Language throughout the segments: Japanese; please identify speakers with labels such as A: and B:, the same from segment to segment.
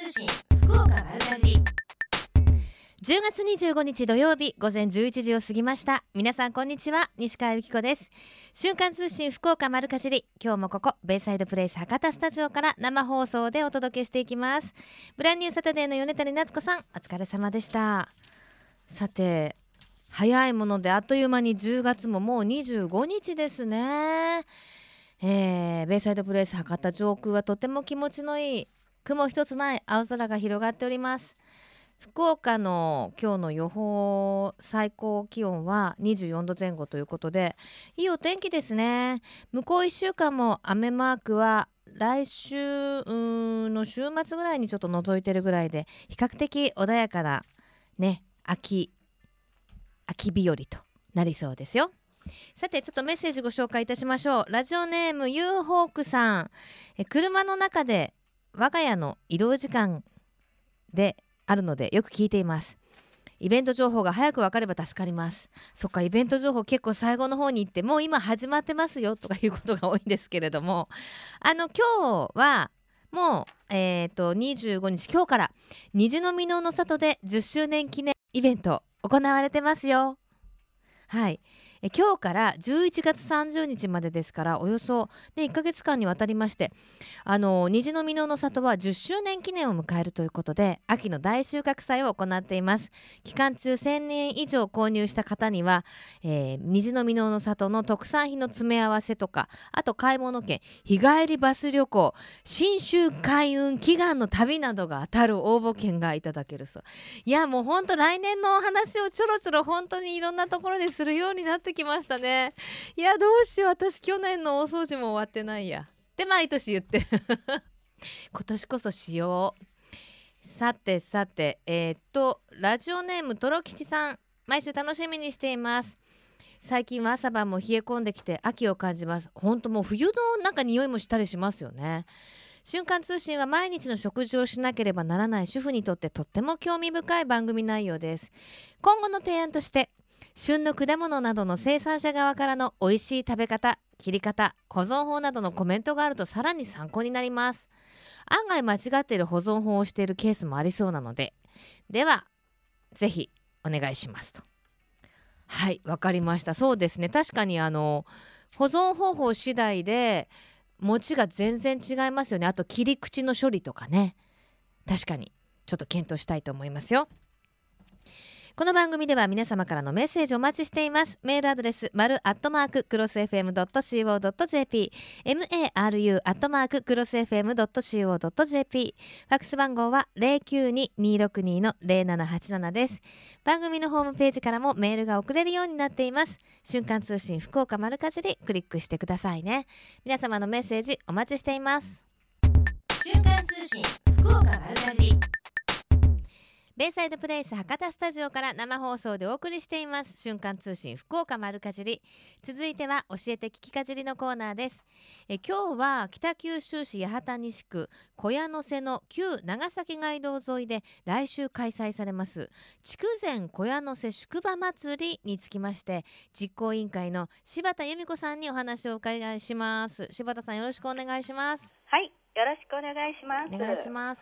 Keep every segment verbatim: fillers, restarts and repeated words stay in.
A: 通信福岡丸かじりじゅうがつにじゅうごにち土曜日午前じゅういちじを過ぎました。皆さんこんにちは、西川由紀子です。瞬間通信福岡丸かじり、今日もここベイサイドプレイス博多スタジオから生放送でお届けしていきます。ブランニューサタデーの米谷夏子さん、お疲れ様でした。さて、早いものであっという間にじゅうがつももうにじゅうごにちですね。えー、ベイサイドプレイス博多上空はとても気持ちのいい雲一つない青空が広がっております。福岡の今日の予報最高気温はにじゅうよんどぜん後ということで、いいお天気ですね。向こういっしゅうかんも雨マークは来週の週末ぐらいにちょっと覗いてるぐらいで、比較的穏やかなね、秋秋日和となりそうですよ。さて、ちょっとメッセージご紹介いたしましょう。ラジオネームユーホークさん、え車の中で我が家の移動時間であるのでよく聞いています。イベント情報が早く分かれば助かります。そっか、イベント情報結構最後の方に行ってもう今始まってますよとかいうことが多いんですけれども、あの今日はもう、えー、とにじゅうごにち今日から虹の箕面の里でじゅっしゅうねん記念イベント行われてますよ。はい、え今日からじゅういちがつさんじゅうにちまでですから、およそ、ね、いっかげつかんにわたりまして、あの虹の箕面の里はじゅっしゅうねん記念を迎えるということで、秋の大収穫祭を行っています。期間中せんえん以上購入した方には、えー、虹の箕面の里の特産品の詰め合わせとか、あと買い物券、日帰りバス旅行、新春開運祈願の旅などが当たる応募券がいただけるそう。いや、もうほんと来年のお話をちょろちょろ本当にいろんなところでするようになってきましたね。いや、どうしよう、私去年の大掃除も終わってないやって毎年言ってる今年こそしよう。さてさて、えー、っとラジオネームとろきちさん、毎週楽しみにしています。最近は朝晩も冷え込んできて秋を感じます。ほんともう冬のなんか匂いもしたりしますよね。瞬間通信は毎日の食事をしなければならない主婦にとってとっても興味深い番組内容です。今後の提案として、旬の果物などの生産者側からの美味しい食べ方、切り方、保存法などのコメントがあるとさらに参考になります。案外間違っている保存法をしているケースもありそうなので、ではぜひお願いしますと。はい、わかりました。そうですね、確かにあの保存方法次第で餅が全然違いますよね。あと切り口の処理とかね、確かにちょっと検討したいと思いますよ。この番組では皆様からのメッセージをお待ちしています。メールアドレス丸アットマーククロス エフエムドットシーオードットジェーピー maru アットマーククロス エフエムドットシーオードットジェーピー、 ファックス番号は ゼロきゅうに にーろくに の ゼロななはちなな です。番組のホームページからもメールが送れるようになっています。瞬間通信福岡丸かじりクリックしてくださいね。皆様のメッセージお待ちしています。瞬間通信福岡丸かじり、ベイサイドプレイス博多スタジオから生放送でお送りしています瞬間通信福岡丸かじり。続いては教えて聞きかじりのコーナーです。え今日は北九州市八幡西区小屋野瀬の旧長崎街道沿いで来週開催されます筑前小屋野瀬宿場祭りにつきまして、実行委員会の柴田由美子さんにお話をお伺いします。柴田さん、よろしくお願いします。
B: はい、よろしくお願いします。
A: お願いします。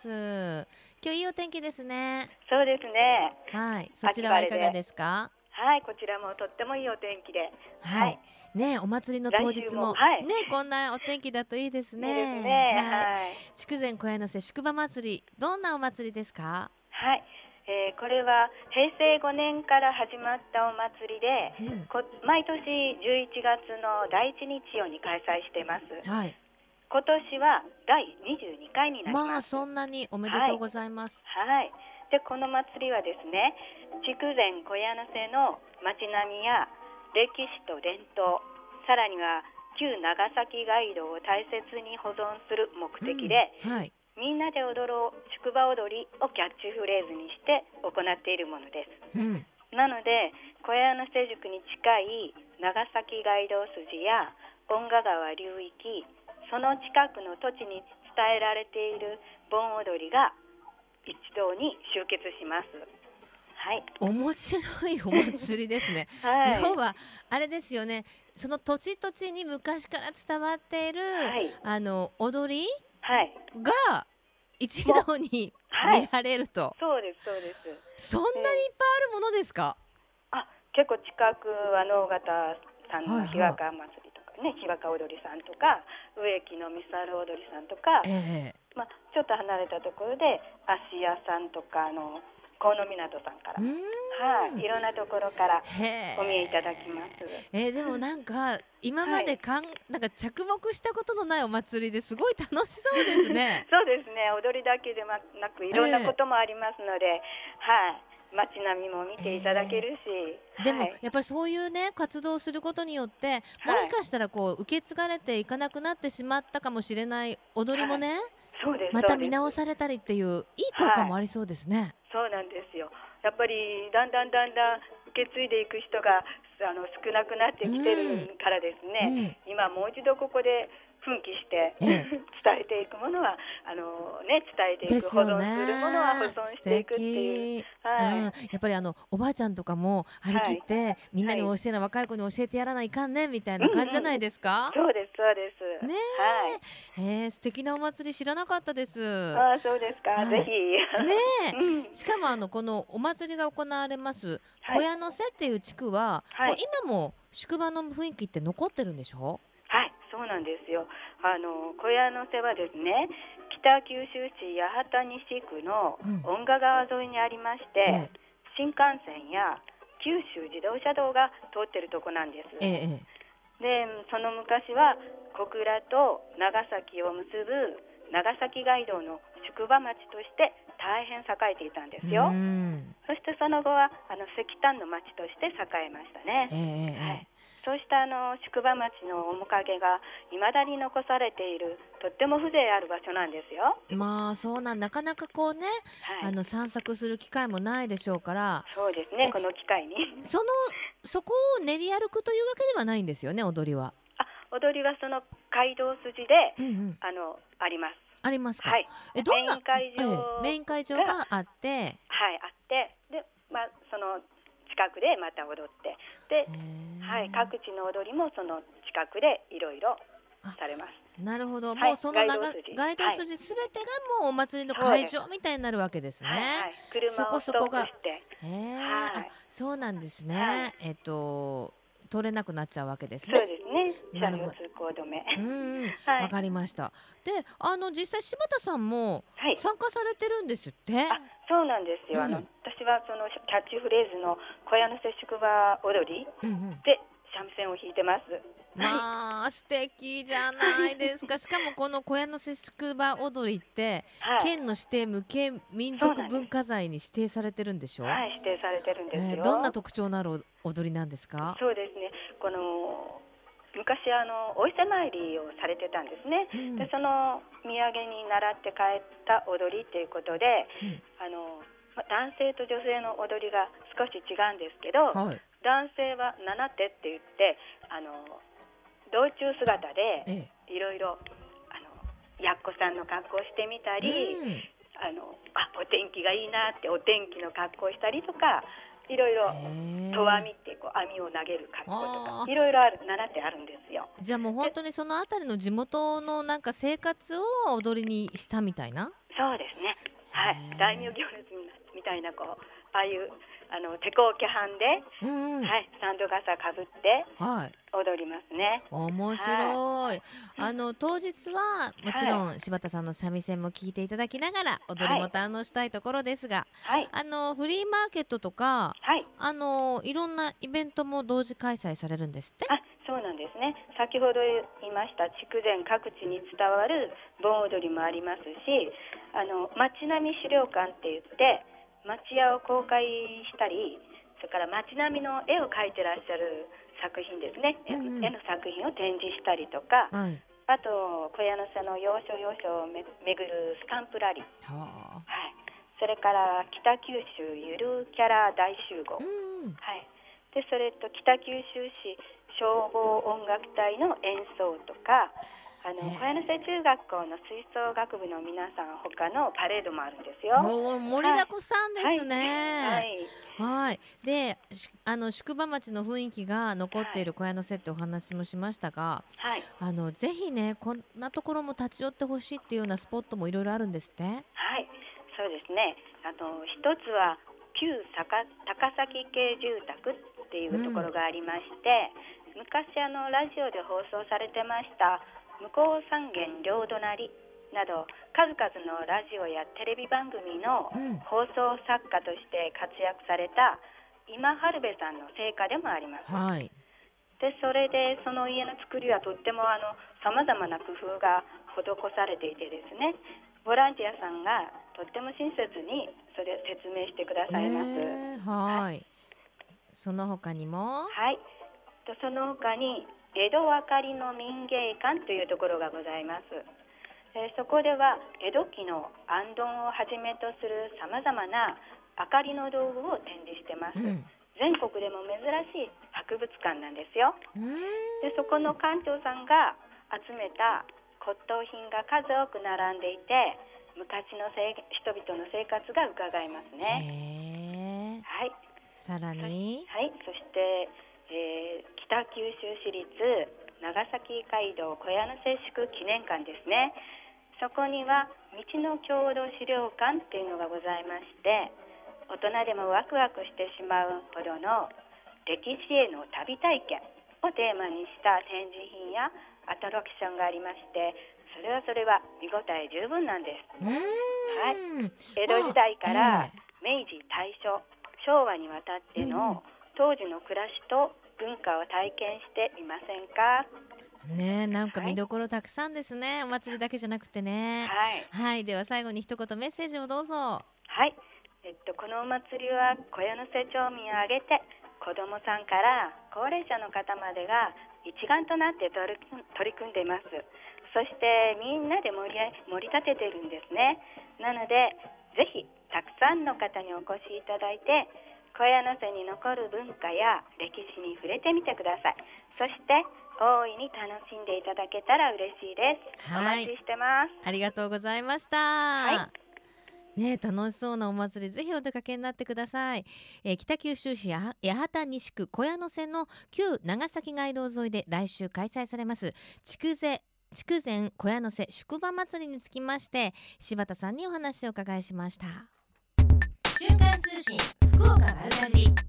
A: 今日いいお天気ですね。
B: そうですね。
A: はい、そちらはいかがですか？
B: はい、こちらもとってもいいお天気で、
A: はい、はい、ね、お祭りの当日も、
B: もはい、
A: ね、こんなお天気だといいですね。
B: いいですね。はい。
A: 筑前小屋野瀬宿場祭り、どんなお祭りですか？
B: はい、えー、これはへいせいごねんから始まったお祭りで、うん、こ毎年じゅういちがつのだいいち日曜に開催しています。はい。今年はだいにじゅうにかいになります。
A: まあそんなにおめでとうございます。
B: はい、はい、でこの祭りはですね、筑前小屋野瀬の街並みや歴史と伝統、さらには旧長崎街道を大切に保存する目的で、うん、はい、みんなで踊ろう宿場踊りをキャッチフレーズにして行っているものです。うん、なので小屋野瀬宿に近い長崎街道筋や遠賀川流域、その近くの土地に伝えられている盆踊りが一堂に集結します。はい、
A: 面白いお祭りですね。はい、要はあれですよね、その土地土地に昔から伝わっている、はい、あの踊り、はい、が一堂に
B: はい
A: 見られると、
B: そうですそうです。
A: そんなにいっぱいあるものですか？
B: あ、結構近くは能形さん
A: はい
B: の日和
A: は
B: 歌祭りとかね、日和歌踊りさんとか植木のミサル踊りさんとか、
A: い。ええ
B: まあ、ちょっと離れたところで芦屋さんとかあの河野港さんから
A: う
B: も、はい、
A: ーん。
B: いろんなところから
A: へ
B: お見えいただきます。
A: え。えーでもなんか今
B: はい。
A: までかんなんか着目したことのないお祭りですごい楽しそうですね。
B: そうですね、踊りだけではなくいろんなこ
A: ええ
B: ともありますので、はい、街並みも見ていただけ
A: え
B: るし、
A: ーで
B: はい、
A: もやっぱりそういうね活動をすることによってもし
B: はい、
A: かしたらこう受け継がれていかなくなってしまったかもしれない踊りも
B: はい、
A: ね
B: そうです
A: また見
B: そうです。
A: 直されたりっていういい効果
B: はい、
A: もありそうですね。
B: そうなんですよ。やっぱりだんだんだんだん受け継いでいく人があの少なくなって
A: う
B: きて
A: ん、
B: るからですね、
A: うん、
B: 今もう一度ここで奮起して
A: ええ、
B: 伝えていくものはあの、ね、伝えていく、
A: ですよ
B: 保存するものは保
A: ね。素
B: 存していくっていう、
A: 敵。うん、
B: はい、
A: やっぱりあのおばあちゃんとかも張り切っ
B: はい、
A: てみんな
B: はい、
A: に教えな若い子に教えてやらないかんねみたい
B: うん
A: な感じじゃない
B: うん、
A: ですか？
B: そうですそうです。
A: ね
B: はい。
A: え。えー、素敵なお祭り知らなかったです。
B: ああ、そうですか。ぜ
A: はい。ね
B: ひ。
A: え。
B: うん。
A: しかもあのこのお祭りが行われます
B: はい。
A: 小屋の瀬っていう地区はこう
B: はい。
A: 今も宿場の雰囲気って残ってるんでしょ？
B: はい、そうなんですよ。あの小屋の瀬はですね、北九州市八幡西区の
A: うん。
B: 遠賀川沿いにありまして、
A: ええ
B: 新幹線や九州自動車道が通ってるとこなんです。
A: ええええ。
B: で、その昔は小倉と長崎を結ぶ長崎街道の宿場町として大変栄えていたんで
A: うー
B: すよ。
A: ん。
B: そしてその後はあの石炭の町として栄えましたね。
A: ええ
B: はい。
A: ええええ。
B: そうしたあの宿場町の面影が未だに残されているとっても風情ある場所なんですよ。
A: まあ、そうなんなかなかこうね、
B: はい。
A: あの、散策する機会もないでしょうから、
B: そうですね、
A: え、
B: この機会に。
A: その、そこを練り歩くというわけではないんですよね、踊りは。
B: あ、踊りはその街道筋で
A: うんうん。
B: あのあります。
A: ありますか。
B: はい。
A: え、どんな
B: メイン会場
A: ええ、メイン会場
B: が、
A: があって、
B: はい、あって、で、まあ、その近くでまた踊って、で、
A: へ
B: はい、
A: え。
B: 各地の踊りもその近くでいろいろ
A: あ、
B: されます。
A: なるほど。
B: はい、
A: もうその長
B: 街道筋。
A: 街道
B: はい、
A: 筋すべてがもうお祭りの
B: そうです。
A: 会場みたいになるわけですね。
B: はいはい、
A: そこ
B: 車をストッ
A: そこが
B: プして、
A: へえ、あ、
B: はい、
A: そうなんです
B: はい、
A: ね。えっと、通れなくなっちゃうわけですね。
B: そうですね、車両
A: なるほど。
B: 通行止め。
A: うんうん、
B: はい、
A: わかりました。で、あの実際柴田さんも
B: はい。
A: 参加されてるんですって？
B: あ、そうなんですよ。あの
A: うん。
B: 私はそのキャッチフレーズの小屋の接触場踊り
A: うんうん。
B: で三味線を弾いてます。はい。
A: まあ、素敵じゃ
B: はい。
A: ないですか。しかもこの小屋の瀬宿場踊りって、
B: はい。
A: 県の指定無形民族
B: そうなんです。
A: 文化財に指定されてるんでしょ？
B: はい、指定されてるんです
A: えーどんな
B: よ。
A: 特徴のあるお踊りなんですか？
B: そうですね。この昔あのお伊勢参りをされてたんですね。で、
A: うん、
B: その土産に習って帰った踊りということで、
A: うん、
B: あのま男性と女性の踊りが少し違うんですけど、
A: はい。
B: 男性は七手って言ってあの道中姿で
A: ええ。
B: いろいろあのやっこさんの格好をしてみた
A: う
B: り、
A: ん。
B: あのあお天気がいいなってお天気の格好をしたりとか、いろいろ
A: へ
B: と網
A: え。
B: ってこう網を投げる格好とか
A: ああ、
B: いろいろある習ってあるんですよ。
A: じゃあもう本
B: で、
A: 当にそのあたりの地元のなんか生活を踊りにしたみたいな？
B: そうですね。
A: へ
B: はい。大名
A: え。
B: 行列みたいなこうああいうあの手こうきはんで、
A: うんうん。
B: はい、サンド傘かぶって
A: はい。
B: 踊りますね。
A: 面
B: はい。
A: 白い。あの当日はもち
B: はい。
A: ろん柴田さんの三味線も聴いていただきながら踊り
B: はい。
A: も堪能したいところですが、
B: はい。
A: あのフリーマーケットとか、
B: はい。
A: あのいろんなイベントも同時開催されるんですって？
B: あ、そうなんですね。先ほど言いました筑前各地に伝わる盆踊りもありますし、あの町並み資料館って言って町屋を公開したり、それから町並みの絵を描いてらっしゃる作品ですね。絵
A: うんうん。
B: 絵の作品を展示したりとか、
A: はい。
B: あと小屋の瀬の要所要所をめ巡るスタンプラリー、
A: はあ。
B: はい、それから北九州ゆるキャラ大集合、
A: うん。
B: はい、でそれと北九州市消防音楽隊の演奏とか、 あの
A: へ
B: 小柳瀬中学校の吹奏楽部の皆さん他のパレードもあるんですよ。
A: おー、盛りだこさんです
B: はいは
A: ね。
B: い
A: はい。で、しあの宿場町の雰囲気が残ってい
B: はい
A: る小屋の瀬ってお話もしましたが、
B: はい。
A: あのぜひね、こんなところも立ち寄ってほしいっていうようなスポットもいろいろあるんですって。
B: はい、そうですね。あの一つは旧高高崎系住宅っていうところがありまして、昔あのラジオで放送されてました向こう三軒両隣など数々のラジオやテレビ番組の
A: うん。
B: 放送作家として活躍された今春部さんの成果でもあります。
A: はい。
B: でそれでその家の作りはとってもあの様々な工夫が施されていてですね、ボランティアさんがとっても親切にそれを説明してくださいます。
A: えー、
B: はい
A: はい。その他にも、
B: はい。とその他に江戸明かりの民芸館というところがございます。えーそこでは江戸期の行燈をはじめとするさまざまな明かりの道具を展示してます。
A: うん。
B: 全国でも珍しい博物館なんですよ。
A: うーん。
B: でそこの館長さんが集めた骨董品が数多く並んでいて、昔のせい人々の生活が伺えますね。
A: へえ。
B: はい。
A: さら
B: そし
A: に、
B: はい、そして、えー北九州市立長崎街道小屋の接宿記念館ですね。そこには道の郷土資料館っていうのがございまして、大人でもワクワクしてしまうほどの歴史への旅体験をテーマにした展示品やアトラクションがありまして、それはそれは見応え十分なんです。
A: うーん。
B: 江戸時代から明治大正昭和にわたって
A: うんうん
B: の当時の暮らしと文化を体験してみませんか。
A: ねえ、なんか
B: はい
A: 見どころたくさんですね。お祭りだけじゃなくてね。
B: はい
A: はい、では最後に一言メッセージをどうぞ。
B: はい、えっと、このお祭りは小屋の瀬町民を挙げて子どもさんから高齢者の方までが一丸となって取り組ん取り組んでいます。そしてみんなで盛りあ盛り立ててるんですね。なのでぜひたくさんの方にお越しいただいて小屋の瀬に残る文化や歴史に触れてみてください。そして大いに楽しんでいただけたら嬉しいです。お
A: はい
B: 待ちしてます。
A: ありがとうございました。
B: は
A: ねえ、楽しそうなお祭りぜひお出かけになってください。えー北九州市や八幡西区小屋野線の旧長崎街道沿いで来週開催されます筑前筑前小屋野瀬宿場祭りにつきまして柴田さんにお話をお伺いしました。瞬間通信福岡丸かじり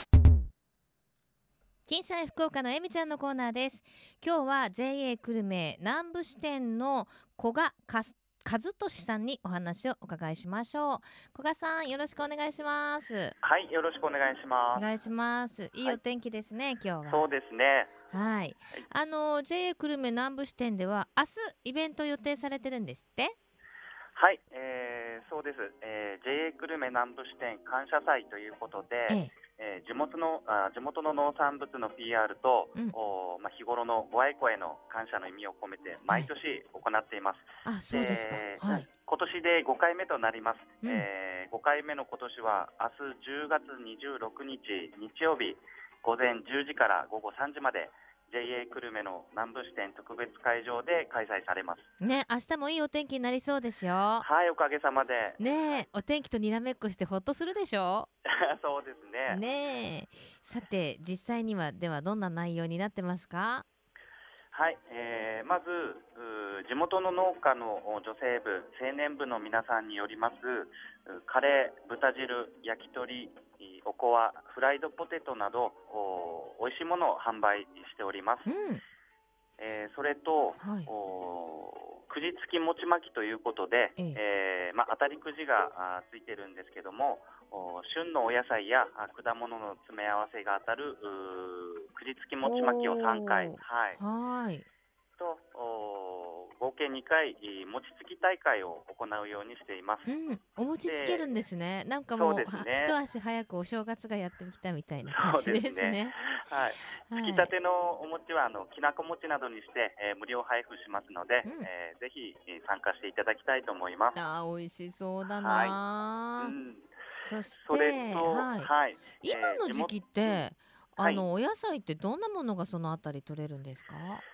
A: 金シャイ福岡のえみちゃんのコーナーです。今日は ジェイエー 久留米南部支店の古賀かす和俊さんにお話をお伺いしましょう。古賀さん、よろしくお願いします。
C: はい、よろしくお願いします。
A: お願いします。いい
C: はい
A: お天気ですね、今日は。
C: そうですね。
A: はい。
C: はい
A: あの ジェイエー 久留米南部支店では明日イベント予定されてるんですって。
C: はい、えーそうです。えー ジェイエー 久留米南部支店感謝祭ということで、
A: ええ。
C: えー地元のあ地元の農産物の ピーアール と、
A: うん
C: おまあ、日頃のご愛顧への感謝の意味を込めて毎年行っています。
A: あ、そうですか。
C: で
A: はい。
C: 今年でごかいめとなります。
A: うん
C: えーごかいめの今年は明日じゅうがつにじゅうろくにち日曜日午前じゅうじから午後さんじまで ジェイエー 久留米の南部支店特別会場で開催されます。
A: ね、明日もいいお天気になりそうですよ。
C: はい、おかげさまで。
A: ねえ、お天気とにらめっこしてほっとするでしょ。
C: そうですね。
A: ねえ、さて実際にはではどんな内容になってますか。
C: はい、えーまずうー地元の農家のお女性部、青年部の皆さんによりますうカレー、豚汁、焼き鳥、いおこわ、フライドポテトなどお美味しいものを販売しております。
A: うん。
C: えーそれと、
A: はい。
C: おくじ付き餅巻きということで、
A: ええ
C: えーまあ、当たりくじがあついてるんですけども、お旬のお野菜やあ果物の詰め合わせが当たるうーくじ付き餅巻きをさんかい、
A: おー
C: はい、
A: はーい。
C: とお合計にかいい餅つき大会を行うようにしています。
A: うん、お餅つけるんですね。なんか
C: そう
A: もうは
C: ですね
A: 一足早くお正月がやってきたみたいな感じ
C: そう
A: で
C: ですすね
A: ね。
C: はい、
A: はい
C: つきたてのお餅はあのきなこ餅などにして、えー無料配布しますので、
A: うん
C: えーぜひえー参加していただきたいと思います。
A: あー、美味しそうだ
C: う
A: な、
C: ん、
A: そして
C: それと、
A: はい、
C: はい、
A: 今
C: えー地元
A: の時期って、
C: うんはい
A: あのお野菜ってどんなものがそのあたり取れるんですか。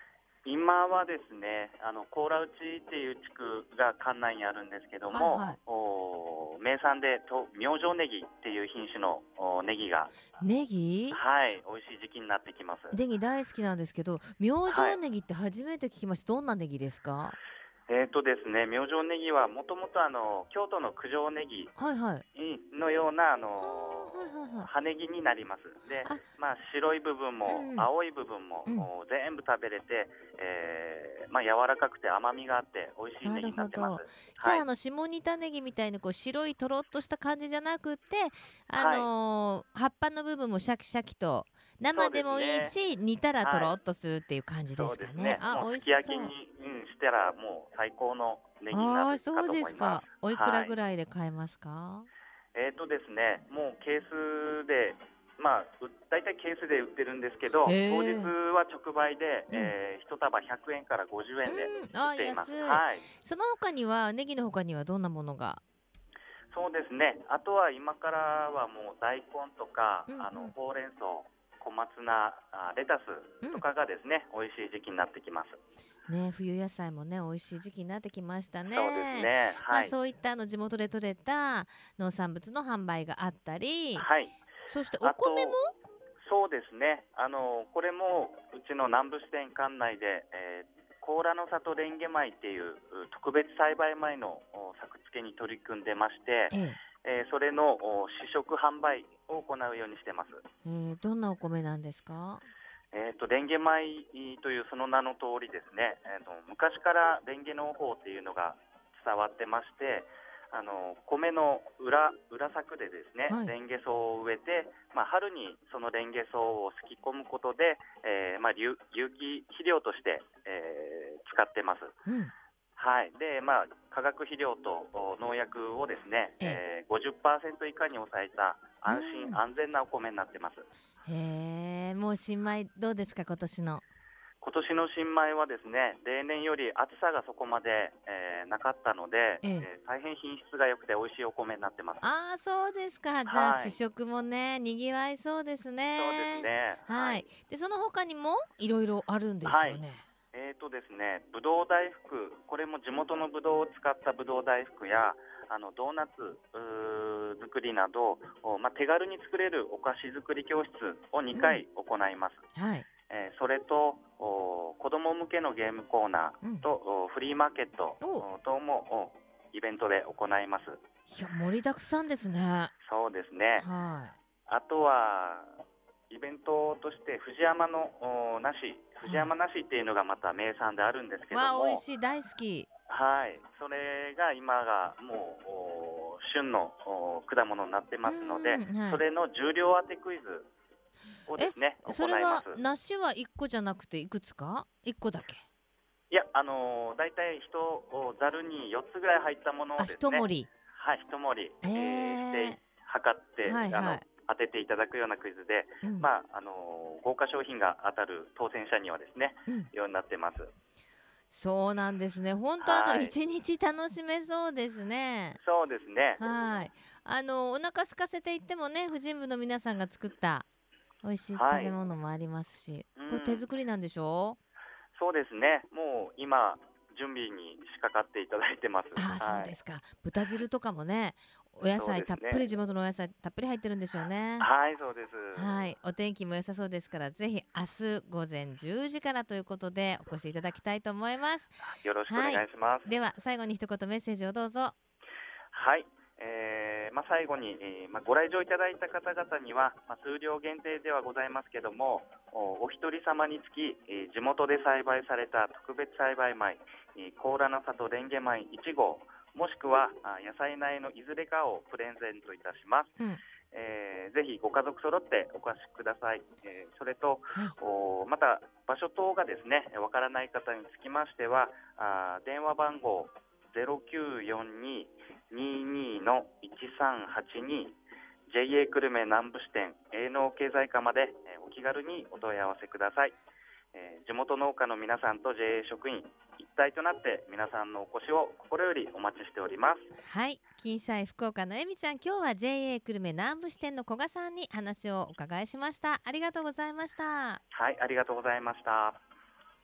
C: 今はですね、あの高良内っていう地区が館内にあるんですけども、
A: はいはい、
C: お名産でと明星ネギっていう品種のおネギが、
A: ネギ
C: はい美味しい時期になってきます。
A: ネギ大好きなんですけど、明
C: はい。
A: 星ネギって初めて聞きました。どんなネギですか？
C: えーとですね、明星ネギはもともとあの京都の九条ネギ
A: はいはい。
C: のようなあ
A: あ
C: の
A: ーはいはいはい。
C: 葉ネギになります。で、
A: あ、
C: まあ、白い部分も
A: うん
C: 青い部分も
A: うん。
C: お全部食べれて、えーまあ、柔らかくて甘みがあって美味しい
A: な
C: ネギ
A: るほど。
C: になってます。
A: じゃあ、
C: はい。
A: あの下仁田ネギみたいにこう白いとろっとした感じじゃなくて、あ
C: はい。
A: のー葉っぱの部分もシャキシャキと、
C: そうで
A: 生でもいい
C: すね。
A: し、煮たらと
C: はい。
A: ろっとするっていう感じで
C: そう
A: すかね。
C: ですね。
A: あ、
C: もう
A: 美味
C: すき焼きに、
A: しそう。
C: うん、したらもう最高のネギにな
A: ああ、
C: るか
A: そう
C: と思います。
A: ですか。おいくら
C: はい。
A: ぐらいで買えますか？
C: えーとですね、もうケースで、まあ、う大体ケースで売ってるんですけど、当日
A: へえ。
C: は直売で、
A: うん。
C: えー、いち束ひゃくえんからごじゅうえんで
A: うん、あー、
C: 売っています。
A: 安い。
C: はい。
A: その他には、ネギの他にはどんなものが？
C: そうですね。あとは今からはもう大根とか、
A: うんう
C: あの
A: ん
C: ほうれん草、小松菜、あレタスと
A: うん。
C: かがですね、美味しい時期になってきます。
A: ね、冬野菜もね、美味しい時期になってきました
C: そうです
A: ね。
C: ね。
A: まあ、
C: はい。
A: そういったあの地元で採れた農産物の販売があったり、
C: はい。
A: そしてお米も。
C: あと、そうですね。あの、これもうちの南部支店管内で、えー、甲羅の里レンゲ米っていうう特別栽培米のお作付けに取り組んでまして、
A: ええ
C: えーそれのお試食販売を行うようにしてます。
A: えーどんなお米なんですか？
C: えーと、レンゲ米というその名の通りですね、えーと、昔からレンゲ農法っていうのが伝わってまして、あの米の裏裏作でですね、
A: はい。
C: レンゲ草を植えて、まあ、春にそのレンゲ草をすき込むことで、えーまあ、有有機肥料として、えー使ってます。
A: うん。
C: はい。で、まあ、化学肥料とお農薬をですね、
A: ええ。
C: えーごじゅっパーセント以下に抑えた
A: う
C: 安心
A: ん。
C: 安全なお米になってます。
A: へえ、もう新米どうですか、今年の？
C: 今年の新米はですね、例年より暑さがそこまで、えーなかったので、
A: ええ。
C: えー大変品質が良くて美味しいお米になってます。
A: ああ、そうですか。じゃあ試
C: はい。
A: 食もね、賑わいそうです
C: そうです
A: ね。
C: ね。は
A: はい。
C: い。
A: で、その他にもいろいろあるんです
C: はい。
A: よね。
C: えーとですね、ぶどう大福、これも地元のぶどうを使ったぶどう大福や、あのドーナツうー作りなど、おまあ、手軽に作れるお菓子作り教室を
A: うん。
C: にかい行います。
A: はい。
C: えーそれとお子ども向けのゲームコーナ
A: うん。
C: ーとおフリーマーケット
A: お、
C: お等もおイベントで行います。
A: いや、盛りだくさんですね。
C: そうですね。
A: は
C: あとはイベントとして藤山のお梨、
A: い。
C: 藤
A: はい。
C: 山梨っていうのがまた名産であるんですけど
A: わあ、美味
C: も、
A: しい、大好き。
C: はい、それが今がもうお旬のお果物になって
A: う
C: ますので、
A: んうん、はい。
C: それの重量当てクイズをで
A: え、
C: すね、
A: それは
C: 行います。
A: 梨はいっこじゃなくていくつか？いっこだけ。
C: いや、あのー、大体一ざるによっつぐらい入ったもの
A: あ、
C: をですね、
A: 一盛り。
C: はい、一盛り、
A: え
C: えーして
A: え、
C: 測ってあの
A: はいはい。
C: 当てていただくようなクイズで、
A: うん、
C: まああのー豪華商品が当たる当選者にはですね、
A: うん。
C: ようになってます。
A: そうなんですね。ほんとあの
C: はい、
A: いちにち楽しめそうですね。
C: そうですね。
A: はい。あのお腹空かせていってもね、婦人部の皆さんが作った美味しい食べ
C: はい、
A: 物もありますし、これ手
C: うん、
A: 作りなんでしょ？
C: そうですね。もう今準備に仕掛かっていただいてます。
A: ああ、そう
C: はい、
A: ですか。豚汁とかもね、お野
C: そう
A: 菜たっぷ
C: ですね。
A: り地元のお野菜たっぷり入ってるんでしょうね。
C: はい、そうです。
A: はい、お天気も良さそうですから、ぜひ明日午前じゅうじからということでお越しいただきたいと思います。
C: よろしくお願
A: はい。
C: いします。
A: では最後に一言メッセージをどうぞ。
C: はい、えーまあ、最後に、えーまあ、ご来場いただいた方々には、まあ、数量限定ではございますけども、お、お一人様につき、えー地元で栽培された特別栽培米、えー甲羅の里レンゲ米いち号、もしくはあ野菜苗のいずれかをプレゼントいたします。
A: うん。
C: えーぜひご家族揃ってお越しください。えーそれと
A: はい。
C: おまた場所等がですねわからない方につきましては、あ電話番号ゼロきゅうよんに にーにーのいちさんはちに ジェイエー 久留米南部支店営農経済課まで、えーお気軽にお問い合わせください。えー地元農家の皆さんと ジェイエー 職員一体となって皆さんのお越しを心よりお待ちしております。
A: はい、金シャイ福岡のえみちゃん、今日は ジェイエー 久留米南部支店の古賀さんに話をお伺いしました。ありがとうございました。
C: はい、ありがとうございました。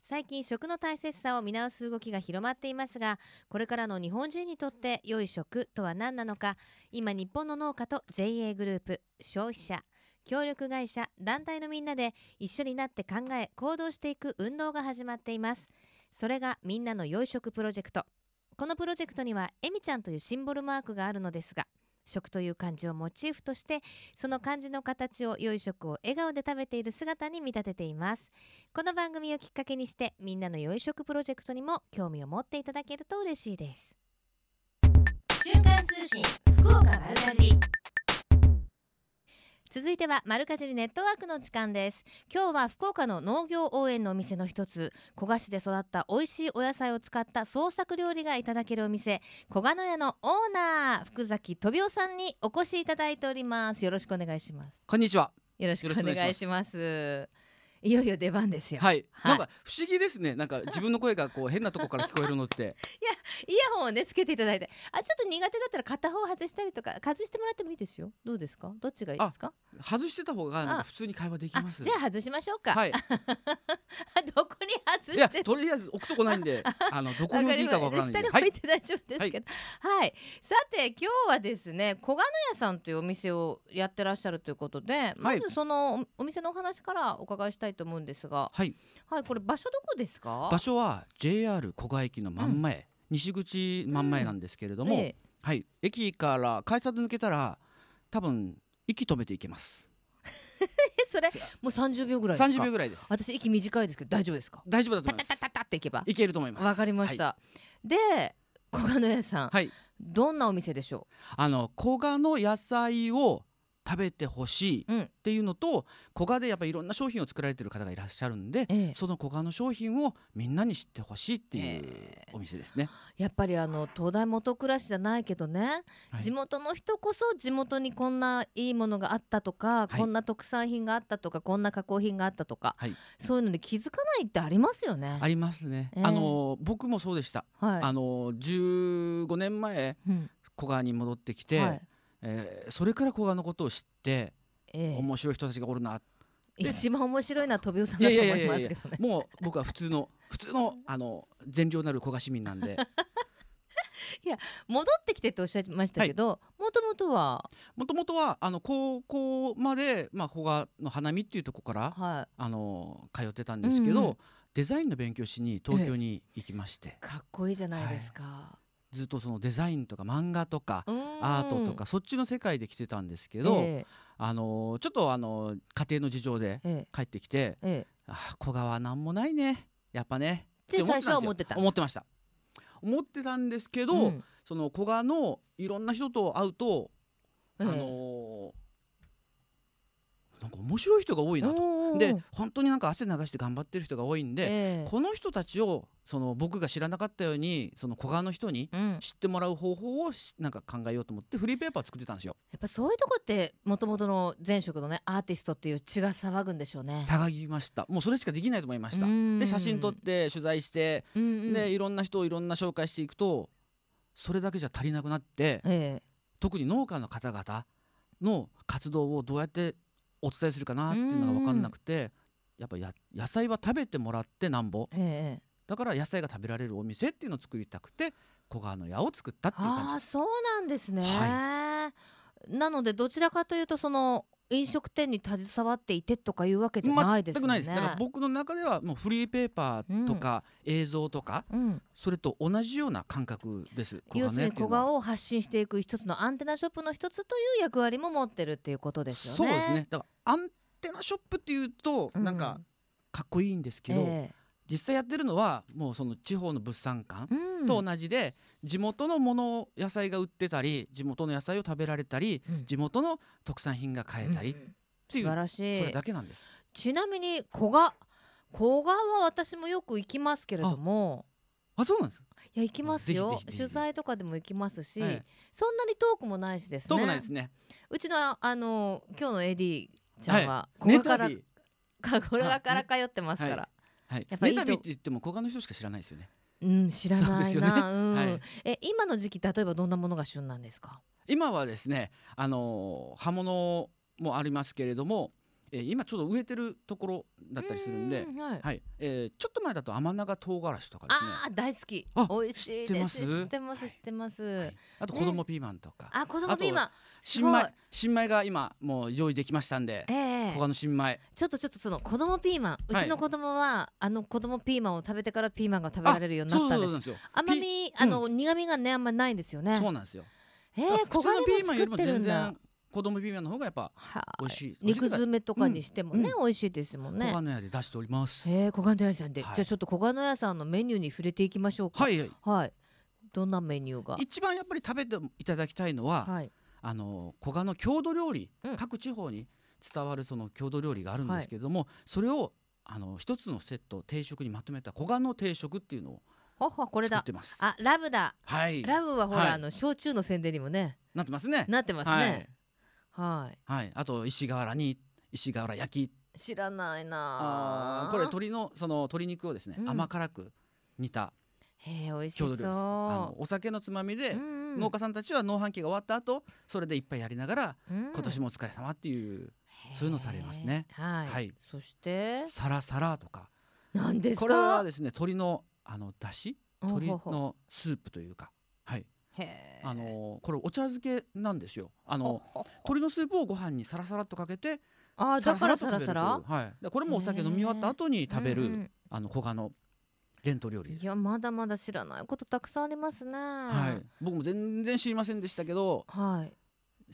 A: 最近食の大切さを見直す動きが広まっていますが、これからの日本人にとって良い食とは何なのか、今日本の農家と ジェイエー グループ、消費者、協力会社、団体のみんなで一緒になって考え行動していく運動が始まっています。それがみんなの良い食プロジェクト。このプロジェクトにはえみちゃんというシンボルマークがあるのですが、食という漢字をモチーフとしてその漢字の形を良い食を笑顔で食べている姿に見立てています。この番組をきっかけにしてみんなの良い食プロジェクトにも興味を持っていただけると嬉しいです。瞬間通信福岡丸かじり。続いては丸かじりネットワークの時間です。今日は福岡の農業応援のお店の一つ、古賀市で育った美味しいお野菜を使った創作料理がいただけるお店、古賀野屋のオーナー福崎飛雄さんにお越しいただいております。よろしくお願いします。
D: こんにちは。
A: よろしくお願いします。いよいよ出番ですよ。
D: はい、
A: はい、
D: なんか不思議ですね。なんか自分の声がこう変なとこから聞こえるのって
A: いやイヤホンをねつけていただいて、あちょっと苦手だったら片方外したりとか外してもらってもいいですよ。どうですか、どっちがいいですか。
D: 外してた方がなんか普通に会話できます。
A: じゃあ外しましょうか。
D: はい
A: どこに外して、
D: いやとりあえず置くとこないんであのどこに置いていいかわからないんで
A: 下に置いて大丈夫ですけど、はい、はい、さて今日はですね古賀野屋さんというお店をやってらっしゃるということで、まずそのお店のお話からお伺いしたいと思うんですが、
D: はい、
A: はい、これ場所どこですか。
D: 場所は ジェイアール 古賀駅の真ん前、うん、西口真ん前なんですけれども、うん、ええ、はい、駅から改札抜けたら多分息止めていけます
A: それもうさんじゅうびょうぐらいですか。
D: さんじゅうびょうぐらいです。
A: 私息短いですけど大丈夫ですか。
D: 大丈夫だと思います。
A: タタタタタっていけば
D: いけると思います。
A: わかりました、はい、で古賀野屋さん、はい、どんなお店でしょう。
D: あの古賀の野菜を食べてほしいっていうのと、うん、古賀でやっぱりいろんな商品を作られている方がいらっしゃるんで、ええ、その古賀の商品をみんなに知ってほしいっていうお店ですね、
A: えー、やっぱりあの東大元暮らしじゃないけどね、はい、地元の人こそ地元にこんないいものがあったとか、はい、こんな特産品があったとかこんな加工品があったとか、はい、そういうので気づかないってありますよね。
D: ありますね、えー、あの僕もそうでした、はい、あのじゅうごねんまえ、うん、古賀に戻ってきて、はい、えー、それから古賀のことを知って、えー、面白い人たちがおるな。
A: 一番面白いのは飛雄さんだと思いますけどね。
D: もう僕は普通の普通のあの善良なる古賀市民なんで
A: いや戻ってきてっておっしゃいましたけど、もともとは
D: もともとはあの高校まで、まあ、古賀の花見っていうところから、はい、あの通ってたんですけど、うんうん、デザインの勉強しに東京に行きまして、
A: えー、かっこいいじゃないですか、はい、
D: ずっとそのデザインとか漫画とかアートとかそっちの世界で来てたんですけど、えー、あのちょっとあの家庭の事情で帰ってきて、えー、あ古賀はなんもないねやっぱね
A: って最初は思ってた
D: 思ってました思ってたんですけど、うん、その古賀のいろんな人と会うと、えー、あのー、なんか面白い人が多いなと。で本当になんか汗流して頑張ってる人が多いんで、えー、この人たちをその僕が知らなかったようにその古賀の人に知ってもらう方法をなんか考えようと思ってフリーペーパー作ってたんですよ。
A: やっぱそういうとこってもともとの前職のねアーティストっていう血が騒ぐんでしょうね。
D: 騒ぎました。もうそれしかできないと思いました。で写真撮って取材して、うんうん、でいろんな人をいろんな紹介していくとそれだけじゃ足りなくなって、えー、特に農家の方々の活動をどうやってお伝えするかなっていうのが分かんなくて、やっぱや野菜は食べてもらってなんぼ、えーだから野菜が食べられるお店っていうのを作りたくて古賀の屋を作ったっていう感じ。
A: あ、そうなんですね、はい、なのでどちらかというとその飲食店に携わっていてとかいうわけじゃないですね。
D: 全くないです。だから僕の中ではもうフリーペーパーとか映像とか、うん、それと同じような感覚です。
A: 要するに古賀を発信していく一つのアンテナショップの一つという役割も持ってるっていうことですよね。
D: そうですね。だからアンテナショップっていうとなんかかっこいいんですけど、うんえー実際やってるのはもうその地方の物産館と同じで、うん、地元のもの野菜が売ってたり地元の野菜を食べられたり、うん、地元の特産品が買えたりっていう、
A: 素晴らしい。
D: それだけなんです。
A: ちなみに古賀古賀は私もよく行きますけれども。
D: ああそうなんです。
A: いや行きますよ。ぜひぜひぜひ取材とかでも行きますし、はい、そんなに遠くもないしですね。
D: 遠くないですね。
A: うちのあの今日の エーディー ちゃんは古賀から、はい、古賀から通ってますから、はいはい
D: はい、やっぱいいネタビって言っても古賀の人しか知らないですよね。
A: うん、知らないな、ね、うん、はい、え今の時期例えばどんなものが旬なんですか。
D: 今はですね、あのー、葉物もありますけれども、 えー、今ちょうど植えてるところだったりするんで、
A: はい
D: はい、えー、ちょっと前だと甘長唐辛子とかですね。
A: あー大好き。
D: あ
A: 美味しいです。知ってます知ってます。
D: はい、あと子供ピーマンとか、
A: ね、あ子供ピーマン
D: 新米新米が今もう用意できましたんで、
A: えー、
D: 他の新米
A: ちょっとちょっとその子供ピーマン、うちの子供は、はい、あの子供ピーマンを食べてからピーマンが食べられるようになったんです。そうそうそうそう、甘みあの、うん、苦味がねあんまりないんですよね。
D: そうなんですよ。
A: えー、
D: 普通のピーマンよりも全然子供ピーマンの方がやっぱ美味しい。
A: 肉詰めとかにしてもね、うん、美味しいですもんね。
D: 小金屋で出しております。
A: えー、小金屋さんで、はい、じゃあちょっと小金屋さんのメニューに触れていきましょうか。
D: はいはい、
A: はい、どんなメニューが
D: 一番やっぱり食べていただきたいのは、はい、あの古賀の郷土料理、うん、各地方に伝わるその郷土料理があるんですけれども、はい、それをあの一つのセット定食にまとめた古賀の定食っていうのを
A: ほほこれだ。
D: 作ってます。
A: あ、ラブだ。
D: はい。
A: ラブはほら、
D: はい、
A: あの焼酎の宣伝にもね
D: なってますね。
A: なってますね。はい。
D: はい。あと石川原に石川原焼き。
A: 知らないな。
D: あこれ鶏のその鶏肉をですね、うん、甘辛く煮た。
A: へえ美味しそう。あ
D: のお酒のつまみで、うんうん、農家さんたちは農繁期が終わった後それでいっぱいやりながら、うん、今年もお疲れ様っていうそういうのされますね。
A: はい。はい、そして
D: サラサラとか。
A: 何ですか。
D: これはですね鶏のあの出汁。鶏のスープというか、はい、へあのこれお茶漬けなんですよ。あの鶏のスープをご飯にサラサラっとかけて、
A: あだからサラサラ、
D: はい、これもお酒飲み終わった後に食べる、うんうん、あの古賀の伝統料理です。
A: いやまだまだ知らないことたくさんありますね。
D: はい、僕も全然知りませんでしたけど、
A: はい、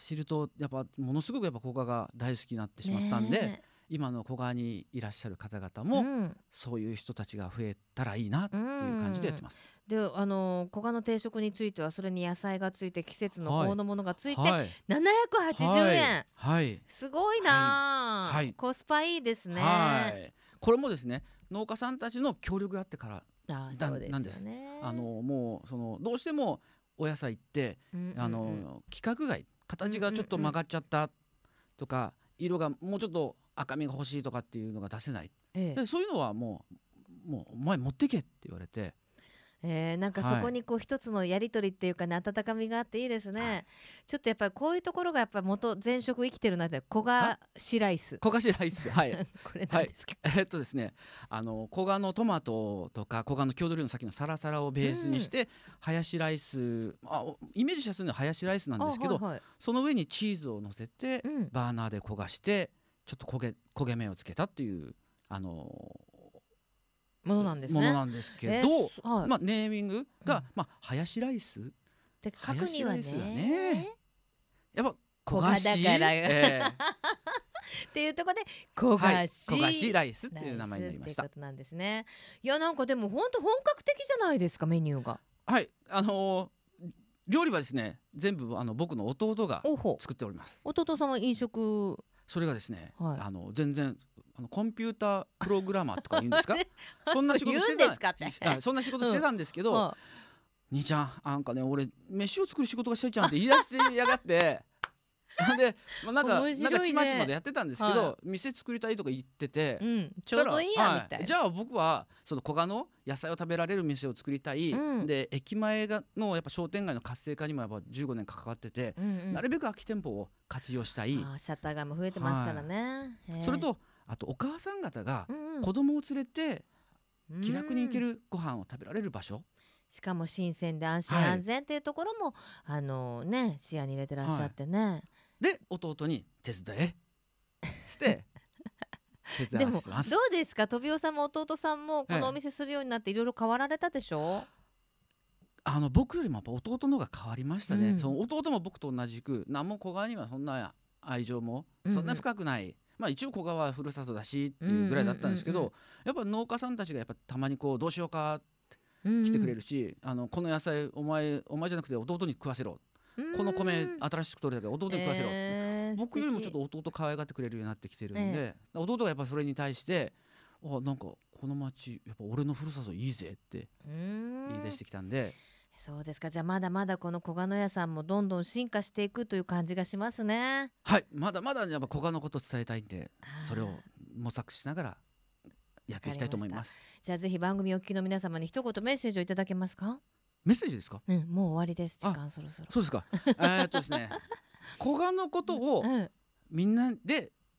D: 知るとやっぱものすごくやっぱ古賀が大好きになってしまったんで。今の古賀にいらっしゃる方々も、うん、そういう人たちが増えたらいいなっていう感じでやってます。
A: うん、であの古賀の定食についてはそれに野菜がついて季節の香のものがついて、はい、ななひゃくはちじゅうえん、
D: はい、
A: すごいな、はい、コスパいいですね。はい、
D: これもですね農家さんたちの協力があってから
A: あだそうですよね。
D: なんです。あのもうそのどうしてもお野菜って、うんうんうん、あの規格外形がちょっと曲がっちゃったとか、うんうんうん、色がもうちょっと赤みが欲しいとかっていうのが出せない、ええ、でそういうのはもう、もうお前持ってけって言われて、
A: えー、なんかそこにこう一つのやり取りっていうかね、はい、温かみがあっていいですね。はい、ちょっとやっぱりこういうところがやっぱ元前職生きてるなって古賀シライス
D: 古賀シライスはい
A: これなんですか、
D: はい、えー、っとですねあの古賀のトマトとか古賀の郷土料理の先のサラサラをベースにして、うん、ハヤシライスあイメージしたするのはハヤシライスなんですけど、はいはい、その上にチーズを乗せて、うん、バーナーで焦がしてちょっと焦げ焦げ目をつけたっていうあの
A: ものなんですね。
D: ものなんですけど、えーはい、まあ、ネーミングが、うん、まあ、ハヤシライス
A: って書くには ね, ね
D: やっぱ焦がし
A: だから、えー、っていうところで焦がし、
D: はい、焦がしライスっていう名前になりました。
A: っていうことなんですね。いやなんかでも本当本格的じゃないですかメニューが。
D: はいあのー、料理はですね全部あの僕の弟が作っております。
A: 弟さんは飲食
D: それがですね、はい、あの全然あのコンピュータープログラマーとか言うんですかそんな仕事してたそんな仕事してたんですけど、うん、兄ちゃんなんかね俺飯を作る仕事がしたいじゃんって言い出してやがってで、まあ、なんか、ね、なんかちまちまでやってたんですけど、はい、店作りたいとか言ってて、
A: うん、ちょうどいいやみたいな、
D: はい、じゃあ僕はその古賀の野菜を食べられる店を作りたい、うん、で駅前がのやっぱ商店街の活性化にもやっぱじゅうごねん関わってて、うんうん、なるべく空き店舗を活用したい。
A: あシャッター街も増えてますからね、
D: はい、それとあとお母さん方が子供を連れて気楽に行けるご飯を食べられる場所、うん、
A: しかも新鮮で安心安全っていうところも、はい、あのね視野に入れてらっしゃってね、はい、
D: で弟に手伝えって手伝わせてます。
A: でもどうですか飛雄さんも弟さんもこのお店するようになっていろいろ変わられたでしょ。
D: あの僕よりもやっぱ弟の方が変わりましたね、うん、その弟も僕と同じく何も古賀にはそんな愛情もそんな深くない、うんうん、まあ一応古賀はふるさとだしっていうぐらいだったんですけど、うんうんうんうん、やっぱ農家さんたちがやっぱたまにこうどうしようかって来てくれるし、うんうん、あのこの野菜お前お前じゃなくて弟に食わせろ、この米新しく取れたから弟に食わせろ、えー、僕よりもちょっと弟可愛がってくれるようになってきてるんで、えー、弟がやっぱそれに対してあなんかこの町やっぱ俺のふるさといいぜって言い出してきたんで。
A: そうですか。じゃあまだまだこの古賀野屋さんもどんどん進化していくという感じがしますね。
D: はいまだまだやっぱ古賀のことを伝えたいんでそれを模索しながらやっていきたいと思います。
A: じゃあぜひ番組お聞きの皆様に一言メッセージをいただけますか。
D: メッセージですか。
A: うん、もう終わりです。時間そろそろ。
D: そうですか。えーっとですね、古賀のことをみんなで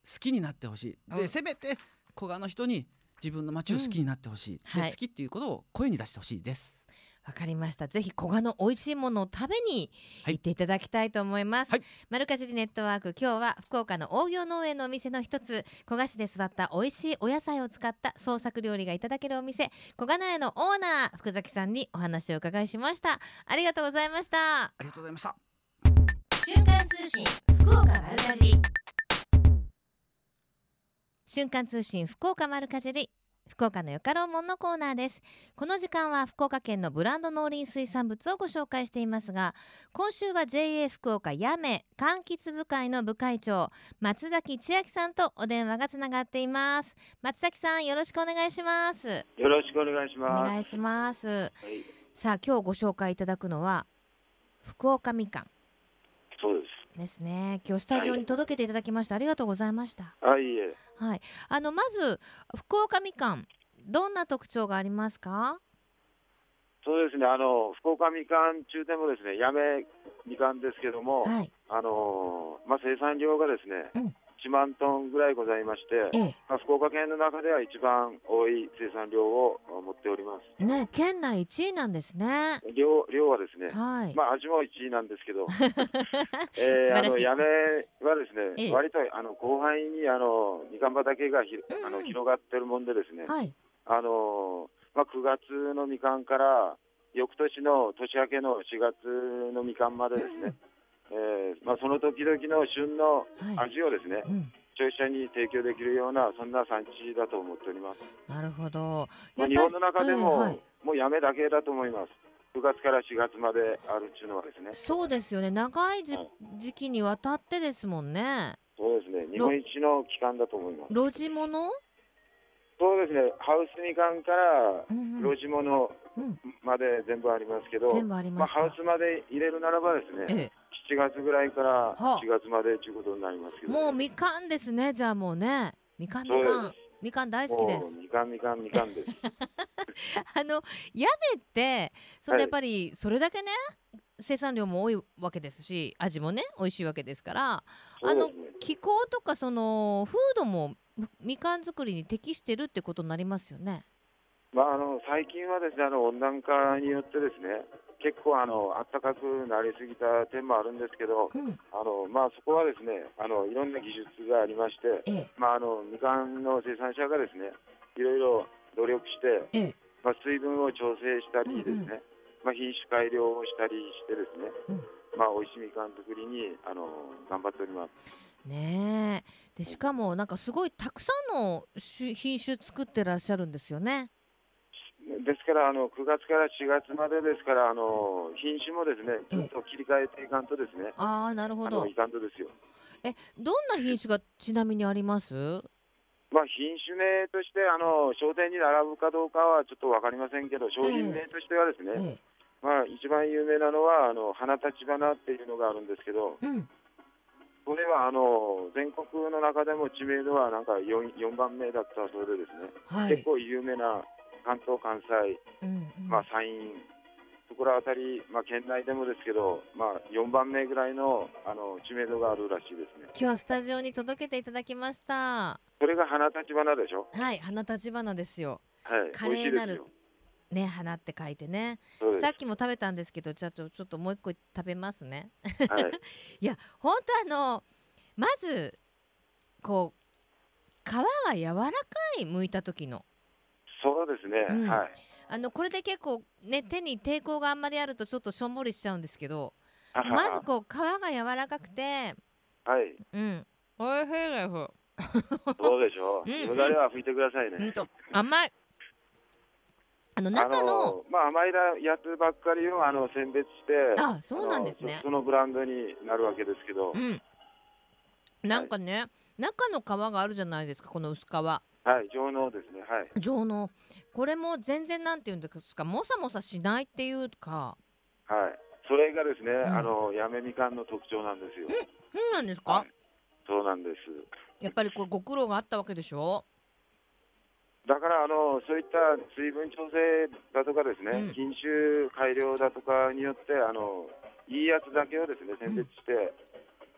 D: 好きになってほしい、でせめて古賀の人に自分の町を好きになってほしい、うん、で好きっていうことを声に出してほしいです。
A: わかりました。ぜひ古賀の美味しいものを食べに行っていただきたいと思います。はい、マルカジリネットワーク、今日は福岡の大行農園のお店の一つ、古賀市で育った美味しいお野菜を使った創作料理がいただけるお店、古賀苗のオーナー福崎さんにお話を伺いしました。ありがとうございました。
D: ありがとうございました。
A: 瞬間通信福岡丸かじり、瞬間通信福岡丸かじり、福岡のよかろうもんのコーナーです。この時間は福岡県のブランド農林水産物をご紹介していますが、今週は ジェーエー 福岡八女柑橘部会の部会長松崎千秋さんとお電話がつながっています。松崎さん、よろしくお願いします。
E: よろしくお願いします。
A: お願いします、はい、さあ今日ご紹介いただくのは福岡みかん。
E: そうです
A: ですね。今日スタジオに届けていただきました、はい、ありがとうございました。
E: あ、いいえ。
A: はい、あのまず福岡みかん、どんな特徴がありますか？
E: そうですね、あの福岡みかん中でもですね、八女みかんですけども、はい、あのまあ、生産量がですね、うん、いちまんトンぐらいございまして、ええ、まあ、福岡県の中では一番多い生産量を持っております
A: ね。県内いちいなんですね。
E: 量, 量はですね、
A: はい、
E: まあ、味もいちいなんですけどえー、あの八女はですね、ええ、割とあの広範囲にあのみかん畑がひ、うんうん、あの広がってるもんでですね、はい、あのまあ、くがつのみかんから翌年の年明けのしがつのみかんまでですね、うん、えーまあ、その時々の旬の味をですね、はい、うん、消費者に提供できるようなそんな産地だと思っております。
A: なるほど。
E: まあ、日本の中でも、うん、はい、もう八女だけだと思います。くがつからしがつまであるっていうのはですね。
A: そうですよね、長いじ、はい、時期にわたってですもんね。
E: そうですね、日本一の期間だと思います。
A: 露地物？
E: そうですね、ハウスみかんから露地物まで全部ありますけど、うんうん、全部ありますか。まあ、ハウスまで入れるならばですね、ええ、しちがつぐらいからしがつまでということになりますけど、ね、
A: もうみかんですね。じゃあもうね、みかんみかんみかん大好きです。
E: みかんみかんみかんです
A: あの八女ってそのやっぱりそれだけね、はい、生産量も多いわけですし、味もね美味しいわけですから、ね、あの気候とかその風土もみかん作りに適してるってことになりますよね。
E: まあ、あの最近はですね、あの温暖化によってですね、結構あの暖かくなりすぎた点もあるんですけど、うん、あのまあ、そこはですね、あのいろんな技術がありまして、ええ、まあ、あのみかんの生産者がですね、いろいろ努力して、ええ、まあ、水分を調整したりですね、うんうん、まあ、品種改良をしたりしてですね、うん、まあ、美味しいみかん作りにあの頑張っております
A: ね。えでしかもなんかすごいたくさんの品種作ってらっしゃるんですよね。
E: ですからあのくがつからしがつまでですから、あの品種もですねずっと切り替えていかんとですね、
A: ああ、なるほど、
E: いかんとですよ。
A: えどんな品種がちなみにあります？
E: まあ、品種名としてあの商店に並ぶかどうかはちょっと分かりませんけど、商品名としてはですね、えええ、まあ、一番有名なのはあの花立花っていうのがあるんですけど、うん、これはあの全国の中でも知名度はなんか 4, 4番目だったそうでですね、はい、結構有名な関東関西、うんうん、まあ、山陰そこらあたり、まあ、県内でもですけど、まあ、よんばんめぐらい の, あの知名度があるらしいですね。
A: 今日スタジオに届けていただきました。
E: それが花立花でしょ。
A: はい、花立花ですよ。
E: はい、
A: 華麗なるね、花って書いてね。さっきも食べたんですけど、じゃあちょっともう一個食べますね。はい、いや本当あのまずこう皮が柔らかい、剥いた時の。
E: そうですね、うん、はい、
A: あのこれで結構ね手に抵抗があんまりあるとちょっとしょんぼりしちゃうんですけど、まずこう皮が柔らかくて、
E: はい、
A: うん、おいしいです。
E: そうでしょう。よだれは拭いてくださいね。
A: うんと甘い。あの中の、あの
E: まあ、甘いやつばっかりをあの選別して、
A: あ、そうなんですね。
E: そ, そのブランドになるわけですけど、うん、
A: なんかね、はい、中の皮があるじゃないですか、この薄皮。
E: はい、上納ですね。はい。
A: 上納。これも全然なんていうんですか、もさもさしないっていうか。
E: はい。それがですね、うん、あの八女みかんの特徴なんですよ。
A: え、そうなんですか。はい、
E: そうなんです。
A: やっぱりこうご苦労があったわけでしょ。
E: だからあのそういった水分調整だとかですね、うん、品種改良だとかによってあのいいやつだけをですね選別して、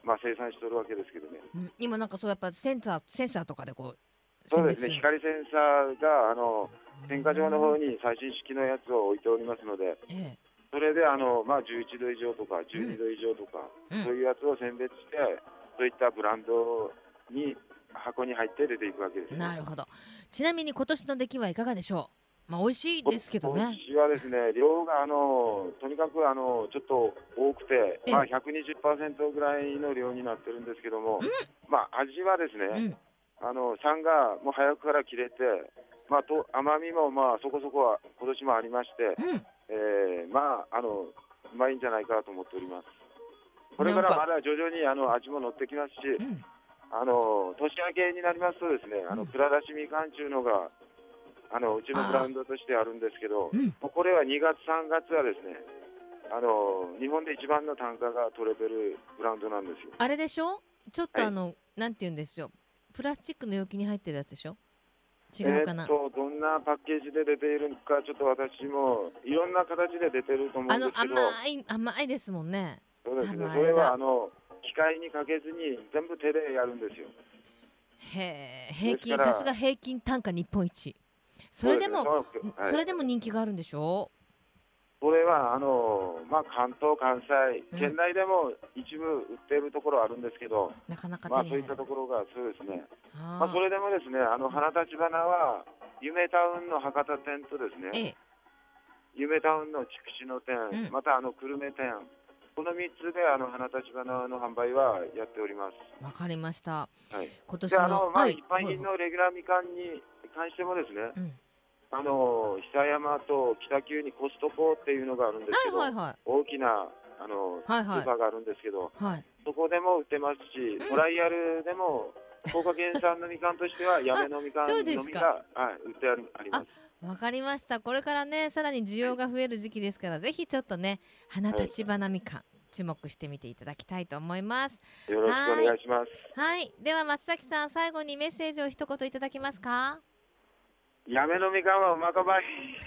E: まあ、生産しておるわけですけどね、
A: うん、今なんかそうやっぱセンサーセンサーとかでこう
E: そうですね、光センサーがあの選果場の方に最新式のやつを置いておりますので、ええ、それであの、まあ、じゅういちど以上とかじゅうにど以上とか、うん、そういうやつを選別してそういったブランドに箱に入って出ていくわけです、ね、
A: なるほど。ちなみに今年の出来はいかがでしょう。まあ、美味しいですけどね。
E: 今年はですね、量があのとにかくあのちょっと多くて、まあ、ひゃくにじゅっパーセント ぐらいの量になってるんですけども、うん、まあ、味はですね、うんあの酸がもう早くから切れて、まあ、と甘みもまあそこそこは今年もありまして、うんえー、まああのうまいんじゃないかと思っております。これからまだ徐々にあの味も乗ってきますし、うん、あの年明けになりますとですね、あの蔵出しみかんちゅうのがあのうちのブランドとしてあるんですけど、うん、これはにがつさんがつはですね、あの日本で一番の単価が取れてるブランドなんですよ。
A: あれでしょ、ちょっとあの、はい、なんて言うんでしょう、プラスチックの容器に入ってるやつでしょ。違うかな。
E: えー、とどんなパッケージで出ているのかちょっと私もいろんな形で出てると思うんですけど、
A: あの甘い甘いですもんね。
E: そうですね。それはあの機械にかけずに全部手でやるんですよ。
A: へえ、平均さすが平均単価日本一。それでも そ, で、ねはい、それでも人気があるんでしょう。
E: これはあの、まあ、関東関西県内でも一部売っているところあるんですけど、
A: なかなか
E: まあ、そういったところがそうですね。まあ、それでもですね、あの花立花は夢タウンの博多店とですね、ええ、夢タウンの筑紫野店、うん、またあの久留米店、このみっつであの花立花の販売はやっております。
A: わかりました。
E: はい、
A: 今年の
E: あの、まあ、
A: はい、
E: 一般品のレギュラーみかんに関してもですね、
A: うん、
E: あの久山と北九にコストコっていうのがあるんですけど、
A: はいはいはい、
E: 大きなあの、はいはい、スーパーがあるんですけど、
A: はい、
E: そこでも売ってますし、うん、トライアルでも福岡県産のみかんとしてはやめのみかんのみが、はい、売ってあり、あります。
A: わかりました。これからねさらに需要が増える時期ですから、はい、ぜひちょっとね花立花みかん、はい、注目してみていただきたいと思います。
E: よろしくお願いします。
A: はい、はい、では松崎さん、最後にメッセージを一言いただけますか。
E: やめのみかんはうまかばい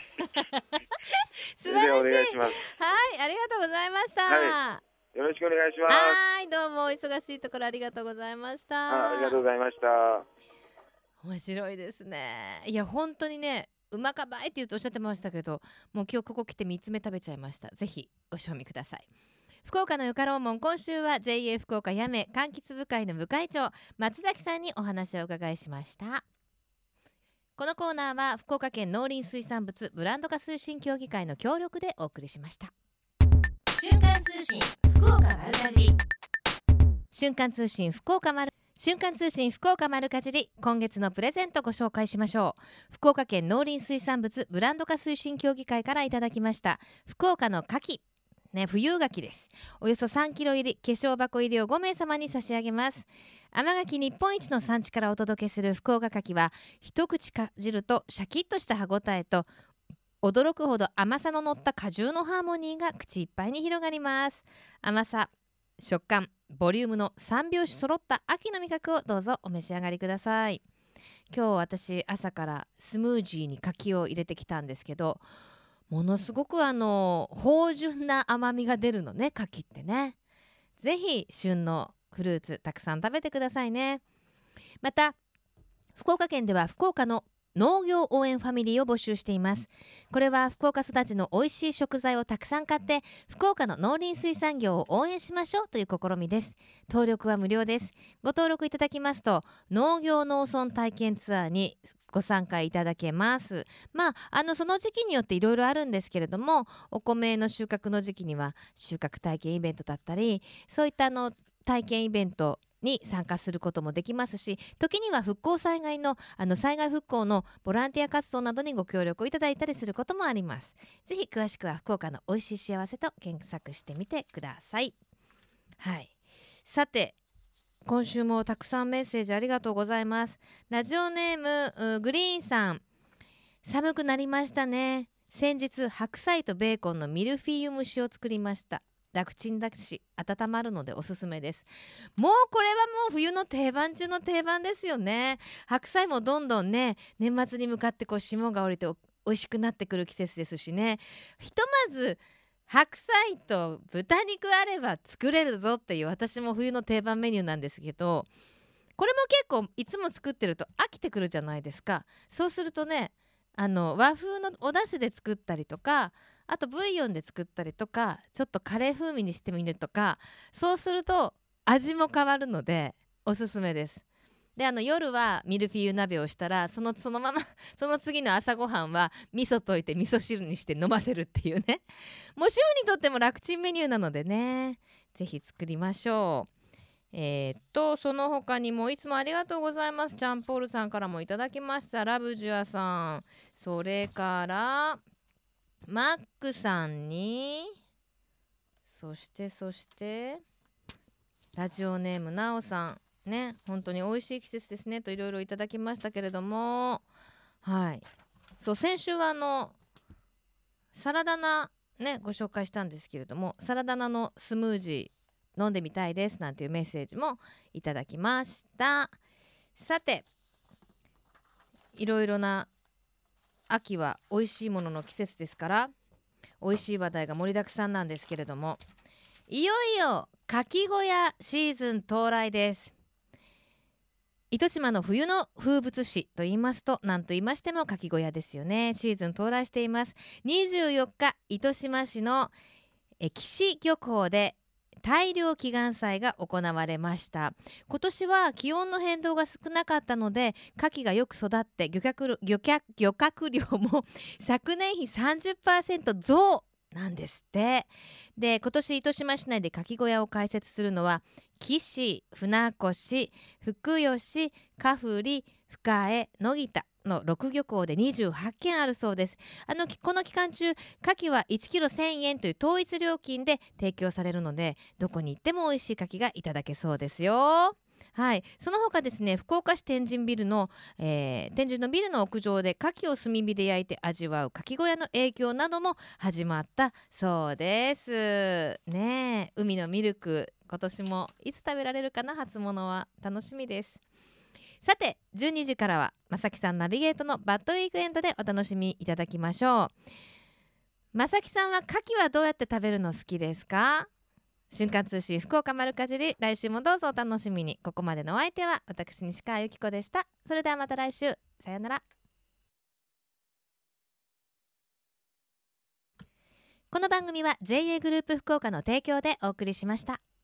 A: 素晴らしい。
E: お願いします。
A: はい、ありがとうございました。
E: はい、よろしくお願いします。
A: はい、どうもお忙しいところありがとうございました。
E: あ, ありがとうございました。
A: 面白いですね。いや本当にね、うまかばいって言うとおっしゃってましたけど、もう今日ここ来てみっつめ食べちゃいました。ぜひご賞味ください。福岡のよかろうもん、今週は ジェイエー 福岡やめ柑橘部会の部会長松崎さんにお話をお伺いしました。このコーナーは福岡県農林水産物ブランド化推進協議会の協力でお送りしました。瞬間通信福岡丸かじり、瞬間通信福岡丸瞬間通信福岡丸かじり、今月のプレゼントご紹介しましょう。福岡県農林水産物ブランド化推進協議会からいただきました福岡の牡蠣ね、冬牡蠣です。およそさんキロ入り化粧箱入りをごめい様に差し上げます。甘柿日本一の産地からお届けする福岡牡蠣は、一口かじるとシャキッとした歯ごたえと驚くほど甘さの乗った果汁のハーモニーが口いっぱいに広がります。甘さ、食感、ボリュームのさん拍子揃った秋の味覚をどうぞお召し上がりください。今日私朝からスムージーに柿を入れてきたんですけど、ものすごくあの芳醇な甘みが出るのね、柿ってね。ぜひ旬のフルーツたくさん食べてくださいね。また福岡県では福岡の農業応援ファミリーを募集しています。これは福岡育ちの美味しい食材をたくさん買って福岡の農林水産業を応援しましょうという試みです。登録は無料です。ご登録いただきますと農業農村体験ツアーにご参加いただけます。まあ、あのその時期によっていろいろあるんですけれども、お米の収穫の時期には収穫体験イベントだったり、そういったあの体験イベントに参加することもできますし、時には復興災害のあの災害復興のボランティア活動などにご協力いただいたりすることもあります。ぜひ詳しくは福岡のおいしい幸せと検索してみてください。はい、さて今週もたくさんメッセージありがとうございます。ラジオネームグリーンさん、寒くなりましたね。先日白菜とベーコンのミルフィーユ蒸しを作りました。楽ちんだし温まるのでおすすめです。もうこれはもう冬の定番中の定番ですよね。白菜もどんどんね年末に向かってこう霜が降りて美味しくなってくる季節ですしね。ひとまず白菜と豚肉あれば作れるぞっていう私も冬の定番メニューなんですけど、これも結構いつも作ってると飽きてくるじゃないですか。そうするとね、あの和風のお出汁で作ったりとか、あとブイヨンで作ったりとか、ちょっとカレー風味にしてみるとか、そうすると味も変わるのでおすすめです。で、あの夜はミルフィーユ鍋をしたら、そのそのままその次の朝ごはんは味噌溶いて味噌汁にして飲ませるっていうね、もう主婦にとっても楽ちんメニューなのでね、ぜひ作りましょう。えー、っとその他にもいつもありがとうございます。チャンポールさんからもいただきました。ラブジュアさん、それからマックさんに、そしてそしてラジオネームなおさんね、本当に美味しい季節ですねといろいろいただきましたけれども、はい、そう先週はあのサラダ菜ねご紹介したんですけれども、サラダ菜のスムージー飲んでみたいですなんていうメッセージもいただきました。さて、いろいろな秋は美味しいものの季節ですから、美味しい話題が盛りだくさんなんですけれども、いよいよかき小屋シーズン到来です。糸島の冬の風物詩と言いますと何と言いましてもかき小屋ですよね。シーズン到来しています。にじゅうよっか、糸島市の岸漁港で大漁祈願祭が行われました。今年は気温の変動が少なかったので牡蠣がよく育って漁獲、漁獲、漁獲量も昨年比 さんじゅっパーセント 増なんですって。で、今年糸島市内でかき小屋を開設するのは岸、船越、福吉、香振、深江、野木田のろく漁港でにじゅうはちけんあるそうです。あのこの期間中、牡蠣はいちキロせんえんという統一料金で提供されるので、どこに行っても美味しい牡蠣がいただけそうですよ。はい、その他ですね、福岡市天神ビルの、えー、天神のビルの屋上で牡蠣を炭火で焼いて味わう牡蠣小屋の営業なども始まったそうですね。海のミルク、今年もいつ食べられるかな、初物は楽しみです。さて、じゅうにじからはまさきさんナビゲートのバッドウィークエンドでお楽しみいただきましょう。まさきさんは牡蠣はどうやって食べるの好きですか？瞬間通信福岡丸かじり、来週もどうぞお楽しみに。ここまでのお相手は私西川由紀子でした。それではまた来週、さよなら。この番組は ジェイエー グループ福岡の提供でお送りしました。